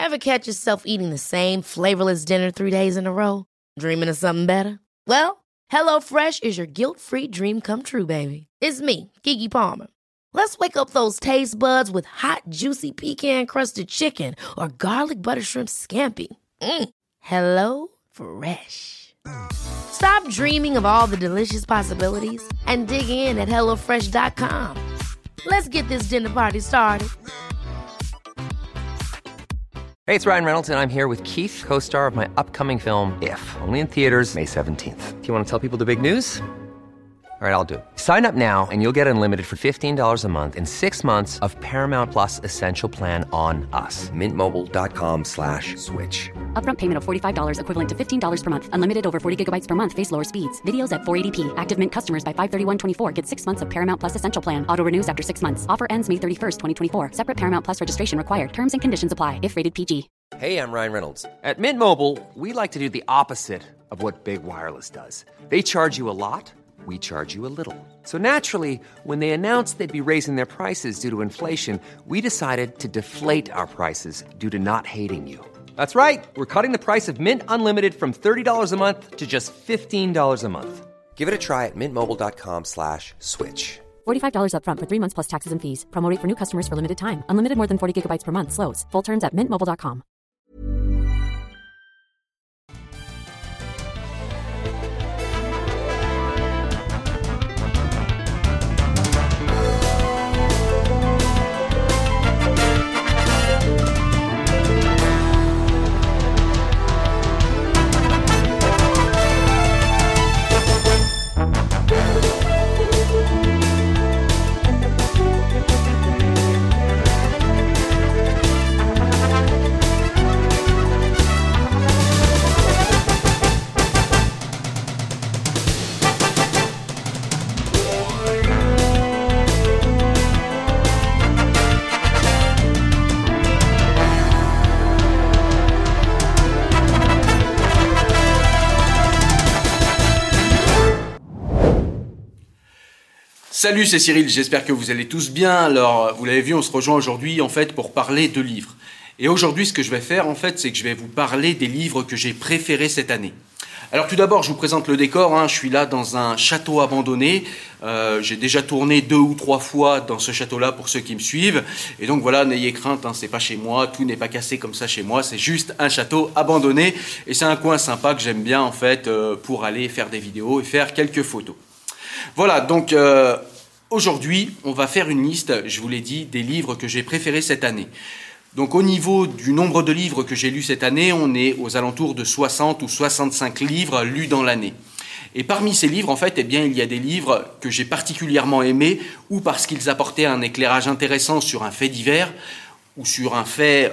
Ever catch yourself eating the same flavorless dinner 3 days in a row? Dreaming of something better? Well, HelloFresh is your guilt-free dream come true, baby. It's me, Keke Palmer. Let's wake up those taste buds with hot, juicy pecan-crusted chicken or garlic butter shrimp scampi. Hello Fresh. Stop dreaming of all the delicious possibilities and dig in at HelloFresh.com. Let's get this dinner party started. Hey, it's Ryan Reynolds, and I'm here with Keith, co-star of my upcoming film, If, only in theaters May 17th. Do you want to tell people the big news? All right, I'll do it. Sign up now and you'll get unlimited for $15 a month and 6 months of Paramount Plus Essential Plan on us. MintMobile.com/switch. Upfront payment of $45 equivalent to $15 per month. Unlimited over 40 gigabytes per month. Face lower speeds. Videos at 480p. Active Mint customers by 531.24 get 6 months of Paramount Plus Essential Plan. Auto renews after 6 months. Offer ends May 31st, 2024. Separate Paramount Plus registration required. Terms and conditions apply if rated PG. Hey, I'm Ryan Reynolds. At Mint Mobile, we like to do the opposite of what Big Wireless does. They charge you a lot. We charge you a little. So naturally, when they announced they'd be raising their prices due to inflation, we decided to deflate our prices due to not hating you. That's right. We're cutting the price of Mint Unlimited from $30 a month to just $15 a month. Give it a try at mintmobile.com/switch. $45 upfront for 3 months plus taxes and fees. Promo rate for new customers for limited time. Unlimited more than 40 gigabytes per month. Slows full terms at mintmobile.com. Salut, c'est Cyril, j'espère que vous allez tous bien. Alors, vous l'avez vu, on se rejoint aujourd'hui en fait pour parler de livres. Et aujourd'hui, ce que je vais faire en fait, c'est que je vais vous parler des livres que j'ai préférés cette année. Alors tout d'abord, je vous présente le décor. Je suis là dans un château abandonné. J'ai déjà tourné 2 ou 3 fois dans ce château-là pour ceux qui me suivent. Et donc voilà, n'ayez crainte, c'est pas chez moi, tout n'est pas cassé comme ça chez moi. C'est juste un château abandonné. Et c'est un coin sympa que j'aime bien en fait pour aller faire des vidéos et faire quelques photos. Voilà, donc aujourd'hui, on va faire une liste, je vous l'ai dit, des livres que j'ai préférés cette année. Donc au niveau du nombre de livres que j'ai lus cette année, on est aux alentours de 60 ou 65 livres lus dans l'année. Et parmi ces livres, en fait, eh bien, il y a des livres que j'ai particulièrement aimés, ou parce qu'ils apportaient un éclairage intéressant sur un fait divers, ou sur un fait,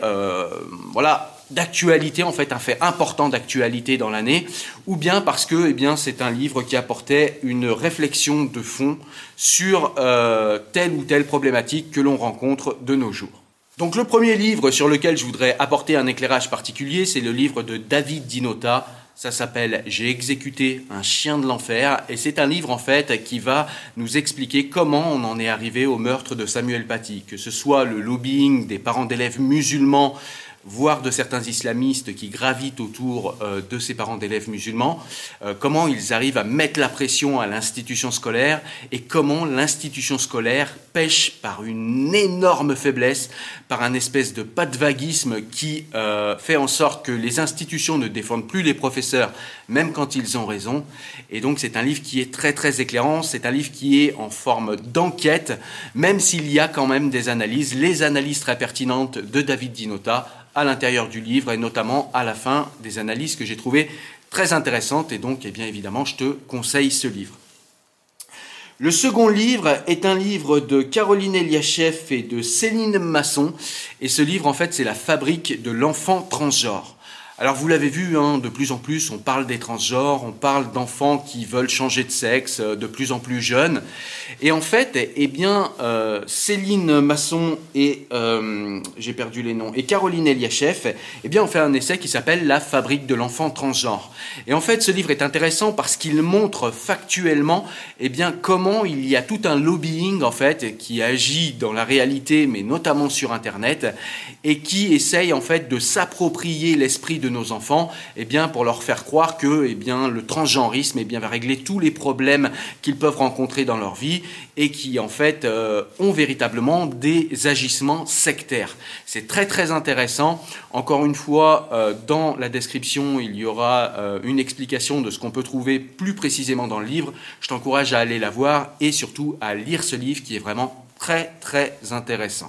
d'actualité, en fait, un fait important d'actualité dans l'année, ou bien parce que, eh bien, c'est un livre qui apportait une réflexion de fond sur telle ou telle problématique que l'on rencontre de nos jours. Donc, le premier livre sur lequel je voudrais apporter un éclairage particulier, c'est le livre de David Dinota. Ça s'appelle « J'ai exécuté un chien de l'enfer » et c'est un livre en fait qui va nous expliquer comment on en est arrivé au meurtre de Samuel Paty, que ce soit le lobbying des parents d'élèves musulmans, voire de certains islamistes qui gravitent autour de ces parents d'élèves musulmans, comment ils arrivent à mettre la pression à l'institution scolaire et comment l'institution scolaire pêche par une énorme faiblesse, par un espèce de patvaguisme qui fait en sorte que les institutions ne défendent plus les professeurs, même quand ils ont raison. Et donc c'est un livre qui est très très éclairant, c'est un livre qui est en forme d'enquête, même s'il y a quand même des analyses, les analyses très pertinentes de David Dinota à l'intérieur du livre et notamment à la fin des analyses que j'ai trouvées très intéressantes et donc, eh bien évidemment, je te conseille ce livre. Le second livre est un livre de Caroline Eliachev et de Céline Masson et ce livre, en fait, c'est La fabrique de l'enfant transgenre. Alors vous l'avez vu, de plus en plus, on parle des transgenres, on parle d'enfants qui veulent changer de sexe de plus en plus jeunes. Et en fait, Céline Masson et, j'ai perdu les noms, et Caroline Eliachev, ont fait un essai qui s'appelle « La fabrique de l'enfant transgenre ». Et en fait, ce livre est intéressant parce qu'il montre factuellement comment il y a tout un lobbying en fait qui agit dans la réalité, mais notamment sur Internet, et qui essaye en fait de s'approprier l'esprit de nos enfants, pour leur faire croire que le transgenrisme va régler tous les problèmes qu'ils peuvent rencontrer dans leur vie et qui en fait ont véritablement des agissements sectaires. C'est très très intéressant. Encore une fois, dans la description, il y aura une explication de ce qu'on peut trouver plus précisément dans le livre. Je t'encourage à aller la voir et surtout à lire ce livre qui est vraiment très très intéressant.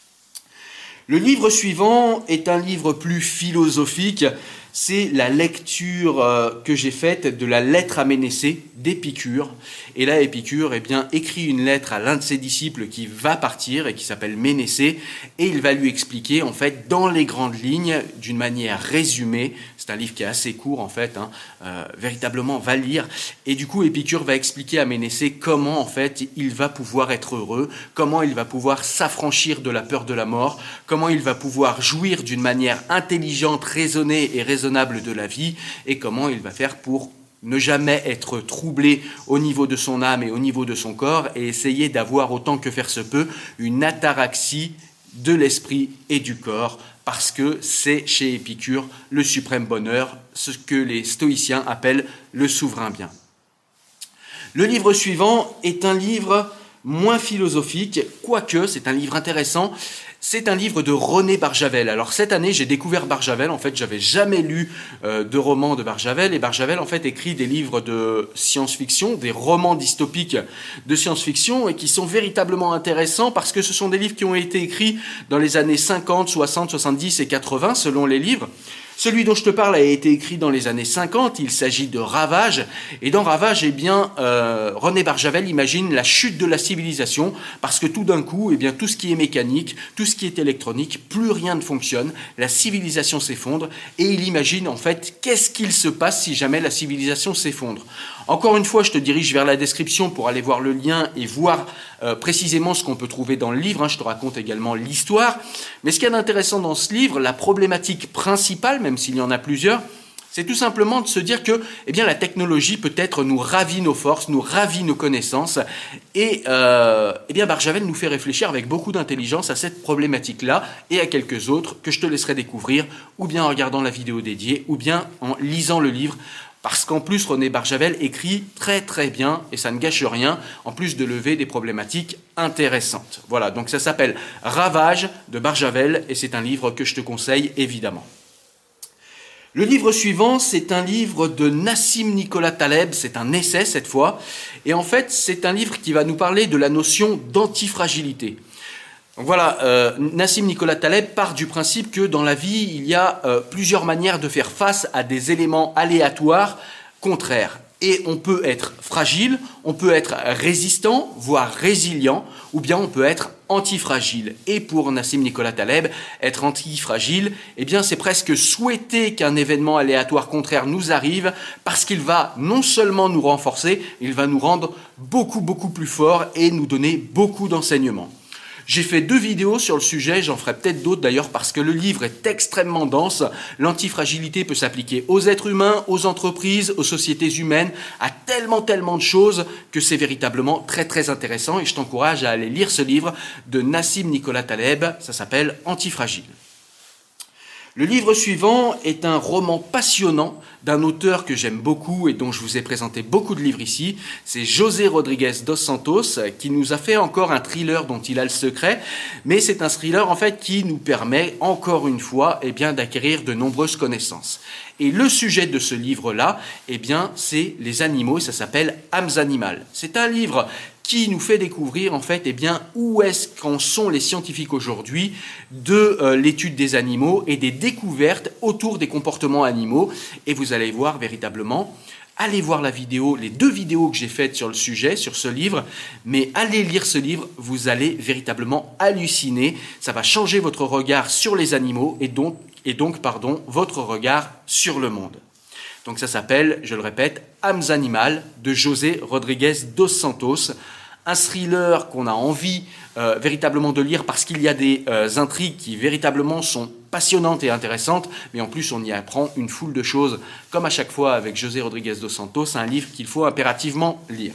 Le livre suivant est un livre plus philosophique. C'est la lecture que j'ai faite de la lettre à Ménécée d'Épicure. Et là, Épicure écrit une lettre à l'un de ses disciples qui va partir et qui s'appelle Ménécée. Et il va lui expliquer, en fait, dans les grandes lignes, d'une manière résumée. C'est un livre qui est assez court, en fait, véritablement, va lire. Et du coup, Épicure va expliquer à Ménécée comment, en fait, il va pouvoir être heureux, comment il va pouvoir s'affranchir de la peur de la mort, comment il va pouvoir jouir d'une manière intelligente, raisonnée et raisonnable de la vie, et comment il va faire pour ne jamais être troublé au niveau de son âme et au niveau de son corps, et essayer d'avoir autant que faire se peut une ataraxie de l'esprit et du corps, parce que c'est chez Épicure le suprême bonheur, ce que les stoïciens appellent le souverain bien. Le livre suivant est un livre moins philosophique, quoique c'est un livre intéressant. C'est un livre de René Barjavel. Alors cette année, j'ai découvert Barjavel. En fait, j'avais jamais lu de romans de Barjavel. Et Barjavel, en fait, écrit des livres de science-fiction, des romans dystopiques de science-fiction, et qui sont véritablement intéressants parce que ce sont des livres qui ont été écrits dans les années 50, 60, 70 et 80, selon les livres. Celui dont je te parle a été écrit dans les années 50, il s'agit de Ravage, et dans Ravage, René Barjavel imagine la chute de la civilisation, parce que tout d'un coup, tout ce qui est mécanique, tout ce qui est électronique, plus rien ne fonctionne, la civilisation s'effondre, et il imagine en fait qu'est-ce qu'il se passe si jamais la civilisation s'effondre. Encore une fois, je te dirige vers la description pour aller voir le lien et voir précisément ce qu'on peut trouver dans le livre. Je te raconte également l'histoire. Mais ce qu'il y a d'intéressant dans ce livre, la problématique principale, même s'il y en a plusieurs, c'est tout simplement de se dire que la technologie peut-être nous ravit nos forces, nous ravit nos connaissances. Et Barjavel nous fait réfléchir avec beaucoup d'intelligence à cette problématique-là et à quelques autres que je te laisserai découvrir, ou bien en regardant la vidéo dédiée, ou bien en lisant le livre. Parce qu'en plus, René Barjavel écrit très très bien, et ça ne gâche rien, en plus de lever des problématiques intéressantes. Voilà, donc ça s'appelle Ravage de Barjavel, et c'est un livre que je te conseille évidemment. Le livre suivant, c'est un livre de Nassim Nicolas Taleb, c'est un essai cette fois, et en fait, c'est un livre qui va nous parler de la notion d'antifragilité. Donc voilà, Nassim Nicolas Taleb part du principe que dans la vie, il y a plusieurs manières de faire face à des éléments aléatoires contraires. Et on peut être fragile, on peut être résistant, voire résilient, ou bien on peut être antifragile. Et pour Nassim Nicolas Taleb, être antifragile, c'est presque souhaiter qu'un événement aléatoire contraire nous arrive, parce qu'il va non seulement nous renforcer, il va nous rendre beaucoup plus forts et nous donner beaucoup d'enseignements. J'ai fait 2 vidéos sur le sujet, j'en ferai peut-être d'autres d'ailleurs parce que le livre est extrêmement dense. L'antifragilité peut s'appliquer aux êtres humains, aux entreprises, aux sociétés humaines, à tellement de choses que c'est véritablement très très intéressant et je t'encourage à aller lire ce livre de Nassim Nicolas Taleb, ça s'appelle Antifragile. Le livre suivant est un roman passionnant d'un auteur que j'aime beaucoup et dont je vous ai présenté beaucoup de livres ici. C'est José Rodriguez dos Santos qui nous a fait encore un thriller dont il a le secret. Mais c'est un thriller en fait qui nous permet encore une fois d'acquérir de nombreuses connaissances. Et le sujet de ce livre-là, c'est les animaux et ça s'appelle Âmes animales. C'est un livre qui nous fait découvrir en fait où est-ce qu'en sont les scientifiques aujourd'hui de l'étude des animaux et des découvertes autour des comportements animaux. Et vous allez voir véritablement, allez voir la vidéo, les 2 vidéos que j'ai faites sur le sujet, sur ce livre, mais allez lire ce livre, vous allez véritablement halluciner. Ça va changer votre regard sur les animaux et donc votre regard sur le monde. Donc ça s'appelle, je le répète, Âmes animales de José Rodriguez dos Santos, un thriller qu'on a envie véritablement de lire parce qu'il y a des intrigues qui véritablement sont passionnantes et intéressantes, mais en plus on y apprend une foule de choses, comme à chaque fois avec José Rodriguez dos Santos, un livre qu'il faut impérativement lire.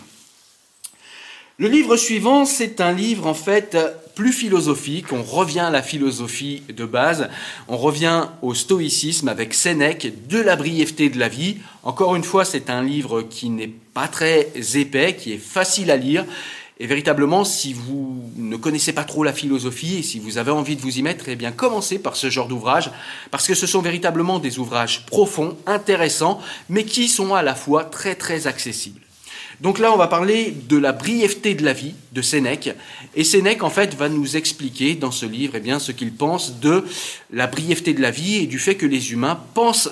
Le livre suivant, c'est un livre en fait plus philosophique. On revient à la philosophie de base, on revient au stoïcisme avec Sénèque, de la brièveté de la vie. Encore une fois, c'est un livre qui n'est pas très épais, qui est facile à lire. Et véritablement, si vous ne connaissez pas trop la philosophie et si vous avez envie de vous y mettre, eh bien commencez par ce genre d'ouvrage, parce que ce sont véritablement des ouvrages profonds, intéressants, mais qui sont à la fois très très accessibles. Donc là, on va parler de la brièveté de la vie de Sénèque. Et Sénèque, en fait, va nous expliquer dans ce livre eh bien, ce qu'il pense de la brièveté de la vie et du fait que les humains pensent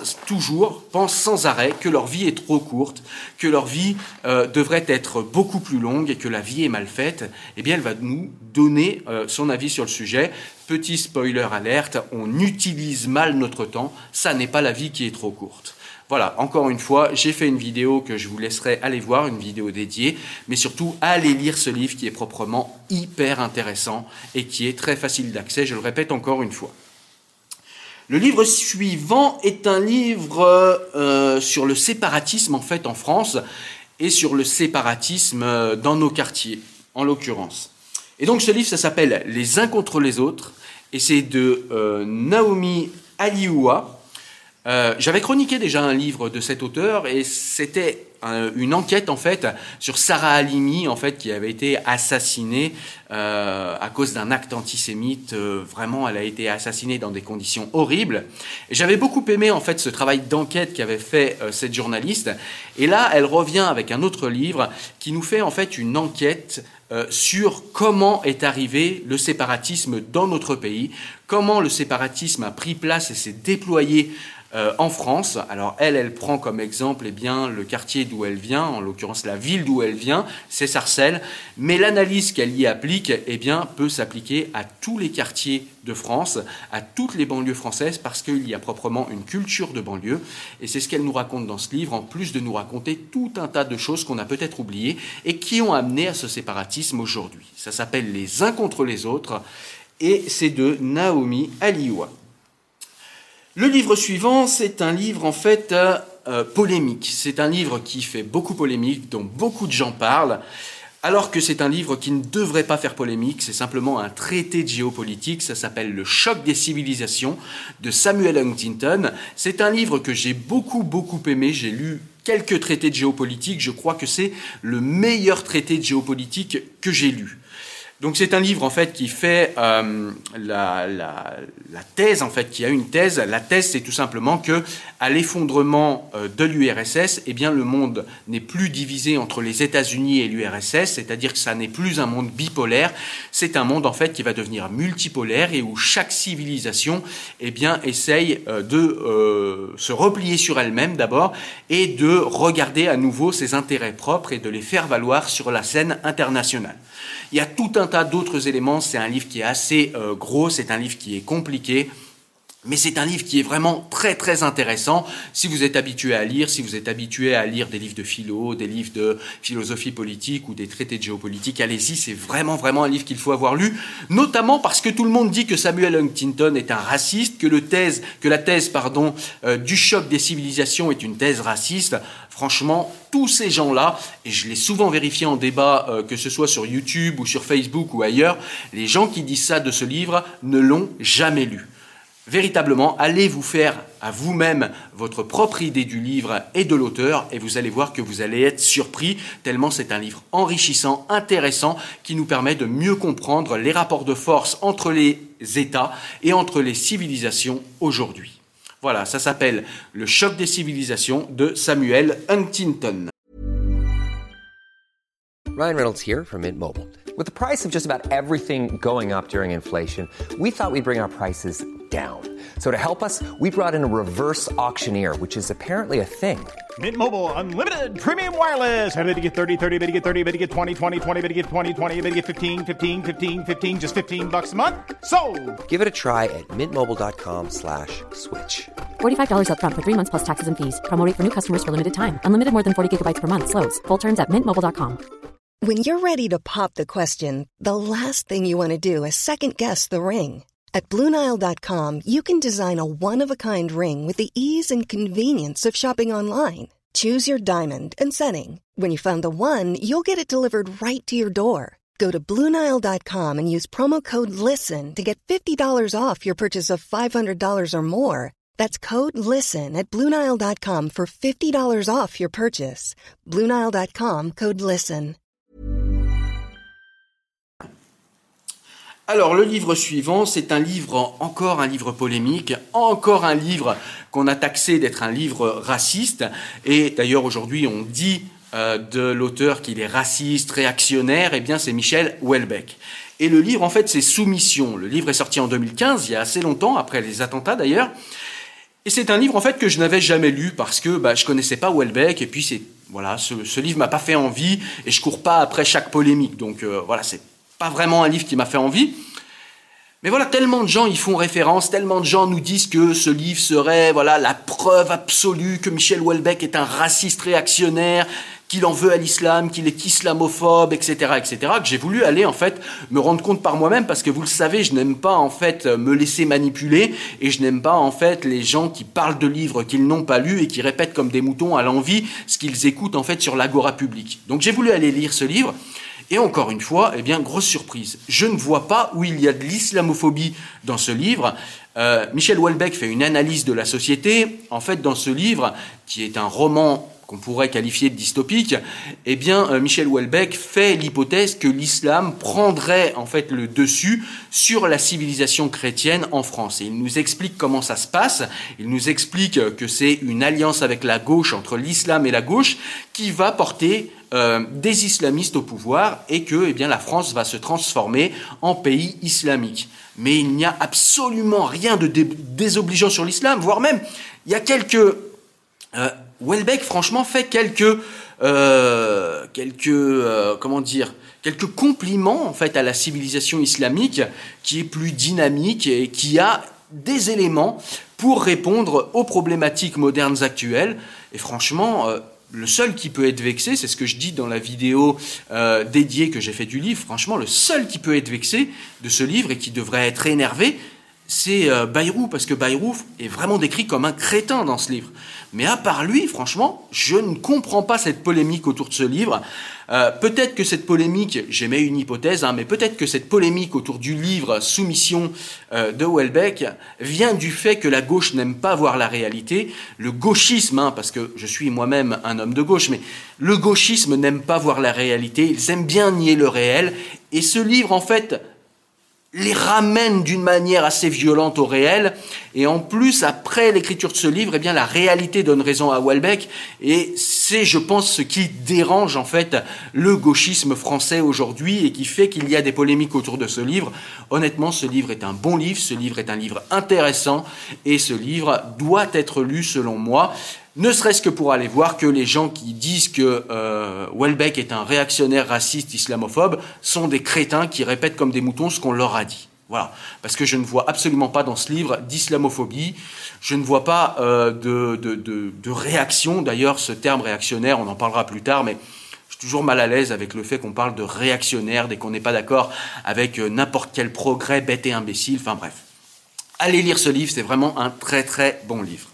sans arrêt que leur vie est trop courte, que leur vie devrait être beaucoup plus longue et que la vie est mal faite. Eh bien, elle va nous donner son avis sur le sujet. Petit spoiler alerte, on utilise mal notre temps. Ça n'est pas la vie qui est trop courte. Voilà, encore une fois, j'ai fait une vidéo que je vous laisserai aller voir, une vidéo dédiée, mais surtout, allez lire ce livre qui est proprement hyper intéressant et qui est très facile d'accès, je le répète encore une fois. Le livre suivant est un livre sur le séparatisme en fait en France et sur le séparatisme dans nos quartiers, en l'occurrence. Et donc ce livre, ça s'appelle « Les uns contre les autres » et c'est de Naomi Alioua. J'avais chroniqué déjà un livre de cet auteur et c'était une enquête en fait sur Sarah Halimi en fait qui avait été assassinée à cause d'un acte antisémite. Vraiment, elle a été assassinée dans des conditions horribles. Et j'avais beaucoup aimé en fait ce travail d'enquête qu'avait fait cette journaliste. Et là, elle revient avec un autre livre qui nous fait en fait une enquête sur comment est arrivé le séparatisme dans notre pays, comment le séparatisme a pris place et s'est déployé en France. Alors elle prend comme exemple eh bien, le quartier d'où elle vient, en l'occurrence la ville d'où elle vient, c'est Sarcelles, mais l'analyse qu'elle y applique eh bien, peut s'appliquer à tous les quartiers de France, à toutes les banlieues françaises, parce qu'il y a proprement une culture de banlieue, et c'est ce qu'elle nous raconte dans ce livre, en plus de nous raconter tout un tas de choses qu'on a peut-être oubliées et qui ont amené à ce séparatisme aujourd'hui. Ça s'appelle « Les uns contre les autres » et c'est de Naomi Alioua. Le livre suivant, c'est un livre en fait polémique. C'est un livre qui fait beaucoup polémique, dont beaucoup de gens parlent, alors que c'est un livre qui ne devrait pas faire polémique. C'est simplement un traité de géopolitique. Ça s'appelle « Le choc des civilisations » de Samuel Huntington. C'est un livre que j'ai beaucoup aimé. J'ai lu quelques traités de géopolitique. Je crois que c'est le meilleur traité de géopolitique que j'ai lu. Donc c'est un livre en fait qui fait la thèse en fait, qui a une thèse. La thèse c'est tout simplement que à l'effondrement de l'URSS, eh bien le monde n'est plus divisé entre les États-Unis et l'URSS, c'est-à-dire que ça n'est plus un monde bipolaire, c'est un monde en fait qui va devenir multipolaire et où chaque civilisation eh bien essaye de se replier sur elle-même d'abord et de regarder à nouveau ses intérêts propres et de les faire valoir sur la scène internationale. Il y a tout un tas d'autres éléments, c'est un livre qui est assez gros, c'est un livre qui est compliqué, mais c'est un livre qui est vraiment très intéressant. Si vous êtes habitué à lire, si vous êtes habitué à lire des livres de philo, des livres de philosophie politique ou des traités de géopolitique, allez-y, c'est vraiment un livre qu'il faut avoir lu, notamment parce que tout le monde dit que Samuel Huntington est un raciste, que la thèse du choc des civilisations est une thèse raciste. Franchement, tous ces gens-là, et je l'ai souvent vérifié en débat, que ce soit sur YouTube ou sur Facebook ou ailleurs, les gens qui disent ça de ce livre ne l'ont jamais lu. Véritablement, allez vous faire à vous-même votre propre idée du livre et de l'auteur et vous allez voir que vous allez être surpris tellement c'est un livre enrichissant, intéressant qui nous permet de mieux comprendre les rapports de force entre les États et entre les civilisations aujourd'hui. Voilà, ça s'appelle « Le choc des civilisations » de Samuel Huntington. Ryan Reynolds here from Mint Mobile. With the price of just about everything going up during inflation, we thought we'd bring our prices down. So to help us, we brought in a reverse auctioneer, which is apparently a thing. Mint Mobile Unlimited Premium Wireless. How to get 30, 30, bit to get 30, bit to get 20, 20, 20, bit to get 20, 20, bit to get 15, 15, 15, 15, just $15 a month? Sold! Give it a try at mintmobile.com/switch. $45 up front for 3 months plus taxes and fees. Promo rate for new customers for limited time. Unlimited more than 40 gigabytes per month. Slows full terms at mintmobile.com. When you're ready to pop the question, the last thing you want to do is second-guess the ring. At BlueNile.com, you can design a one-of-a-kind ring with the ease and convenience of shopping online. Choose your diamond and setting. When you find the one, you'll get it delivered right to your door. Go to BlueNile.com and use promo code LISTEN to get $50 off your purchase of $500 or more. That's code LISTEN at BlueNile.com for $50 off your purchase. BlueNile.com, code LISTEN. Alors, le livre suivant, c'est encore un livre polémique, encore un livre qu'on a taxé d'être un livre raciste. Et d'ailleurs, aujourd'hui, on dit de l'auteur qu'il est raciste, réactionnaire. Eh bien, c'est Michel Houellebecq. Et le livre, en fait, c'est Soumission. Le livre est sorti en 2015, il y a assez longtemps, après les attentats d'ailleurs. Et c'est un livre, en fait, que je n'avais jamais lu parce que je connaissais pas Houellebecq. Et puis, ce livre m'a pas fait envie et je cours pas après chaque polémique. Donc, c'est pas vraiment un livre qui m'a fait envie. Mais voilà, tellement de gens y font référence, tellement de gens nous disent que ce livre serait la preuve absolue que Michel Houellebecq est un raciste réactionnaire, qu'il en veut à l'islam, qu'il est islamophobe, etc., que j'ai voulu aller, en fait, me rendre compte par moi-même, parce que vous le savez, je n'aime pas, en fait, me laisser manipuler, et je n'aime pas, en fait, les gens qui parlent de livres qu'ils n'ont pas lus et qui répètent comme des moutons à l'envi ce qu'ils écoutent, en fait, sur l'agora publique. Donc j'ai voulu aller lire ce livre. Et encore une fois, grosse surprise. Je ne vois pas où il y a de l'islamophobie dans ce livre. Michel Houellebecq fait une analyse de la société. En fait, dans ce livre, qui est un roman qu'on pourrait qualifier de dystopique, Michel Houellebecq fait l'hypothèse que l'islam prendrait en fait le dessus sur la civilisation chrétienne en France. Et il nous explique comment ça se passe. Il nous explique que c'est une alliance avec la gauche, entre l'islam et la gauche, qui va porter des islamistes au pouvoir et que la France va se transformer en pays islamique. Mais il n'y a absolument rien de désobligeant sur l'islam, voire même, il y a quelques... Houellebecq, franchement, fait quelques compliments, en fait, à la civilisation islamique, qui est plus dynamique et qui a des éléments pour répondre aux problématiques modernes actuelles. Et franchement... le seul qui peut être vexé, c'est ce que je dis dans la vidéo dédiée que j'ai fait du livre, franchement, le seul qui peut être vexé de ce livre et qui devrait être énervé, c'est Bayrou, parce que Bayrou est vraiment décrit comme un crétin dans ce livre. Mais à part lui, franchement, je ne comprends pas cette polémique autour de ce livre. Peut-être que cette polémique, j'émets une hypothèse, mais peut-être que cette polémique autour du livre Soumission de Houellebecq vient du fait que la gauche n'aime pas voir la réalité. Le gauchisme, parce que je suis moi-même un homme de gauche, mais le gauchisme n'aime pas voir la réalité. Ils aiment bien nier le réel. Et ce livre, en fait, les ramène d'une manière assez violente au réel. Et en plus, après l'écriture de ce livre, la réalité donne raison à Houellebecq. Et c'est, je pense, ce qui dérange, en fait, le gauchisme français aujourd'hui et qui fait qu'il y a des polémiques autour de ce livre. Honnêtement, ce livre est un bon livre, ce livre est un livre intéressant et ce livre doit être lu, selon moi. Ne serait-ce que pour aller voir que les gens qui disent que Houellebecq est un réactionnaire raciste islamophobe sont des crétins qui répètent comme des moutons ce qu'on leur a dit. Voilà, parce que je ne vois absolument pas dans ce livre d'islamophobie, je ne vois pas de réaction. D'ailleurs, ce terme réactionnaire, on en parlera plus tard, mais je suis toujours mal à l'aise avec le fait qu'on parle de réactionnaire dès qu'on n'est pas d'accord avec n'importe quel progrès bête et imbécile, enfin bref. Allez lire ce livre, c'est vraiment un très très bon livre.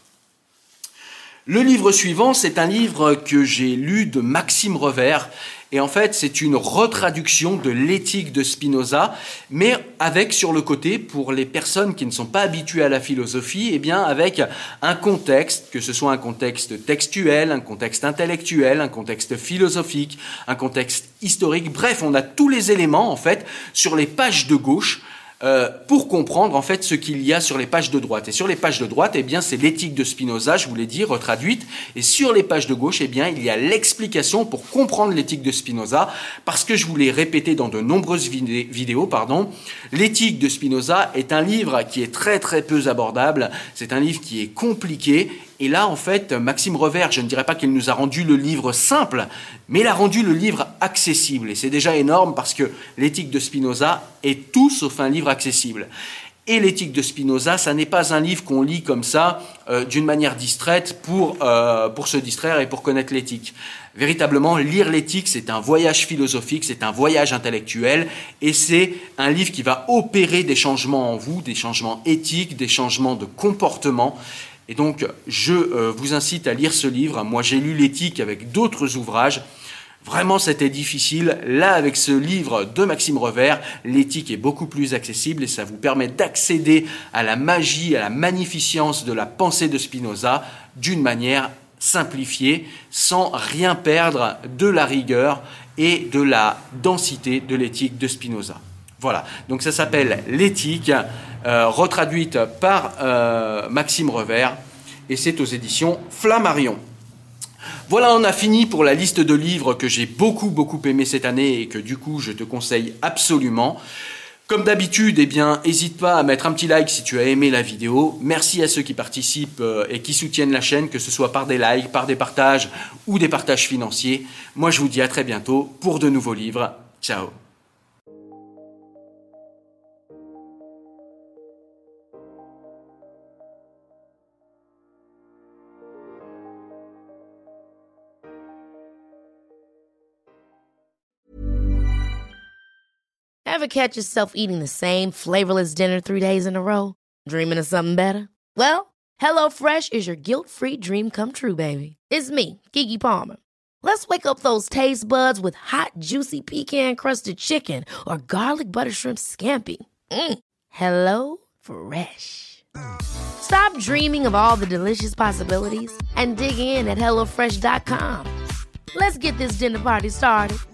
Le livre suivant, c'est un livre que j'ai lu de Maxime Revers. Et en fait, c'est une retraduction de l'éthique de Spinoza, mais avec sur le côté, pour les personnes qui ne sont pas habituées à la philosophie, avec un contexte, que ce soit un contexte textuel, un contexte intellectuel, un contexte philosophique, un contexte historique. Bref, on a tous les éléments, en fait, sur les pages de gauche, pour comprendre en fait ce qu'il y a sur les pages de droite. Et sur les pages de droite, eh bien, c'est l'éthique de Spinoza, je vous l'ai dit, retraduite. Et sur les pages de gauche, eh bien, il y a l'explication pour comprendre l'éthique de Spinoza, parce que je vous l'ai répété dans de nombreuses vidéos, l'éthique de Spinoza est un livre qui est très très peu abordable. C'est un livre qui est compliqué. Et là, en fait, Maxime Revers, je ne dirais pas qu'il nous a rendu le livre simple, mais il a rendu le livre accessible. Et c'est déjà énorme parce que l'éthique de Spinoza est tout sauf un livre accessible. Et l'éthique de Spinoza, ça n'est pas un livre qu'on lit comme ça, d'une manière distraite pour se distraire et pour connaître l'éthique. Véritablement, lire l'éthique, c'est un voyage philosophique, c'est un voyage intellectuel, et c'est un livre qui va opérer des changements en vous, des changements éthiques, des changements de comportement. Et donc, je vous incite à lire ce livre. Moi, j'ai lu l'éthique avec d'autres ouvrages. Vraiment, c'était difficile. Là, avec ce livre de Maxime Revers, l'éthique est beaucoup plus accessible et ça vous permet d'accéder à la magie, à la magnificence de la pensée de Spinoza d'une manière simplifiée, sans rien perdre de la rigueur et de la densité de l'éthique de Spinoza. Voilà, donc ça s'appelle L'éthique, retraduite par Maxime Revers, et c'est aux éditions Flammarion. Voilà, on a fini pour la liste de livres que j'ai beaucoup aimé cette année et que du coup je te conseille absolument. Comme d'habitude, eh bien, n'hésite pas à mettre un petit like si tu as aimé la vidéo. Merci à ceux qui participent et qui soutiennent la chaîne, que ce soit par des likes, par des partages ou des partages financiers. Moi, je vous dis à très bientôt pour de nouveaux livres. Ciao. Ever catch yourself eating the same flavorless dinner 3 days in a row? Dreaming of something better? Well, HelloFresh is your guilt-free dream come true, baby. It's me, Keke Palmer. Let's wake up those taste buds with hot, juicy pecan-crusted chicken or garlic butter shrimp scampi. Hello Fresh. Stop dreaming of all the delicious possibilities and dig in at HelloFresh.com. Let's get this dinner party started.